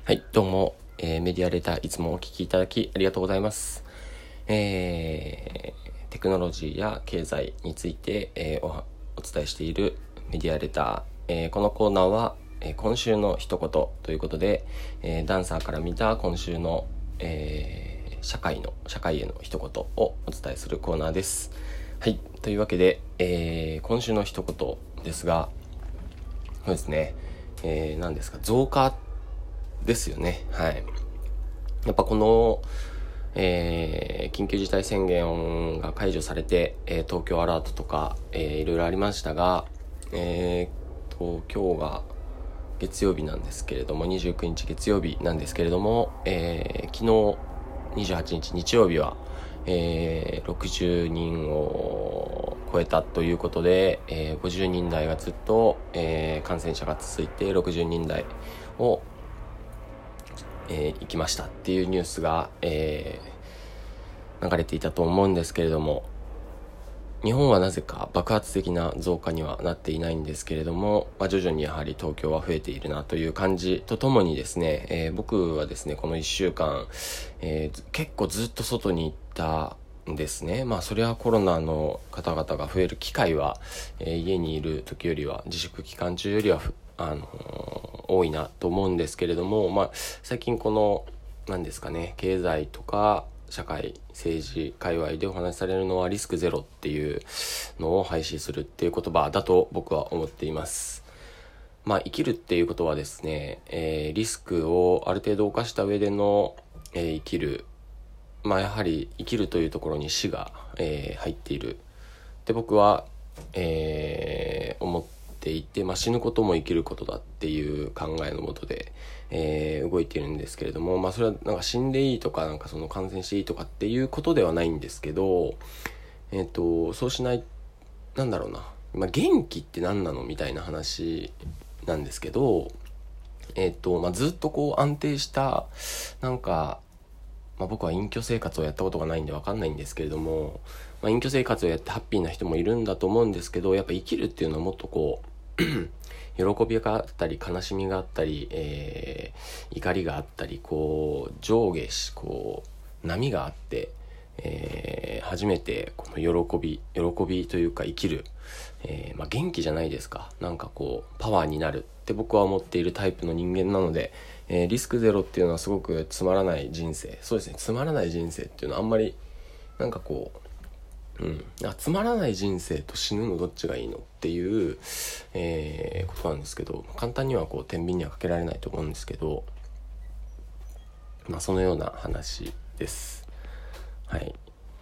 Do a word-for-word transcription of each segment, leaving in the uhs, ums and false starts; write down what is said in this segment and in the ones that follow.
はい、どうも、えー、メディアレターいつもお聞きいただきありがとうございます。えー、テクノロジーや経済について、えー、お, お伝えしているメディアレター、えー、このコーナーは、えー、今週の一言ということで、えー、ダンサーから見た今週の、えー、社会の社会への一言をお伝えするコーナーです。はい、というわけで、えー、今週の一言ですが、そうですね、えー、何ですか、増加ですよね。はい。やっぱこの、えー、緊急事態宣言が解除されて、えー、東京アラートとか、えー、いろいろありましたが、えー、と今日が月曜日なんですけれども、にじゅうくにち月曜日なんですけれども、えー、昨日にじゅうはちにち日曜日は、えー、ろくじゅうにんを超えたということで、えー、ごじゅうにん台がずっと、えー、感染者が続いてろくじゅうにん台をえー、行きましたっていうニュースが、えー、流れていたと思うんですけれども、日本はなぜか爆発的な増加にはなっていないんですけれども、まあ、徐々にやはり東京は増えているなという感じとともにですね、えー、僕はですねこのいっしゅうかん、えー、結構ずっと外に行ったんですね。まあそれはコロナの方々が増える機会は、えー、家にいる時よりは自粛期間中よりはあのー多いなと思うんですけれども、まあ、最近この何ですかね、経済とか社会政治界隈でお話しされるのはリスクゼロっていうのを廃止するっていう言葉だと僕は思っています。まあ生きるっていうことはですね、えー、リスクをある程度冒した上での、えー、生きる、まあやはり生きるというところに死が、えー、入っているで僕は、えー、思っていて、まあ、死ぬことも生きることだっていう考えのもとで、えー、動いているんですけれども、まあそれはなんか死んでいいとかなんかその感染していいとかっていうことではないんですけど、えっとそうしない、なんだろうな、まあ、元気って何なのみたいな話なんですけど、えっとまあ、ずっとこう安定したなんか、まあ、僕は隠居生活をやったことがないんで分かんないんですけれども、まあ、隠居生活をやってハッピーな人もいるんだと思うんですけど、やっぱ生きるっていうのはもっとこう喜びがあったり悲しみがあったり、えー、怒りがあったり、こう上下しこう波があって、えー、初めてこの喜び喜びというか生きる、えーまあ、元気じゃないですか、なんかこうパワーになるって僕は思っているタイプの人間なので、えー、リスクゼロっていうのはすごくつまらない人生、そうですね、つまらない人生っていうのはあんまりなんかこううん、あつまらない人生と死ぬのどっちがいいのっていう、えー、ことなんですけど、簡単にはこう天秤にはかけられないと思うんですけど、まあそのような話です。はい。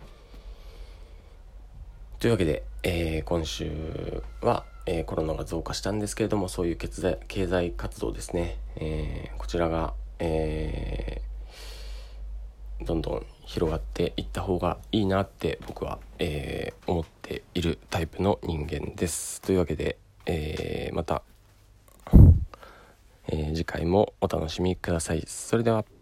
というわけで、えー、今週は、えー、コロナが増加したんですけれども、そういう経済、経済活動ですね、えー、こちらが、えーどんどん広がっていった方がいいなって僕は、えー、思っているタイプの人間です。というわけで、えー、また、えー、次回もお楽しみください。それでは。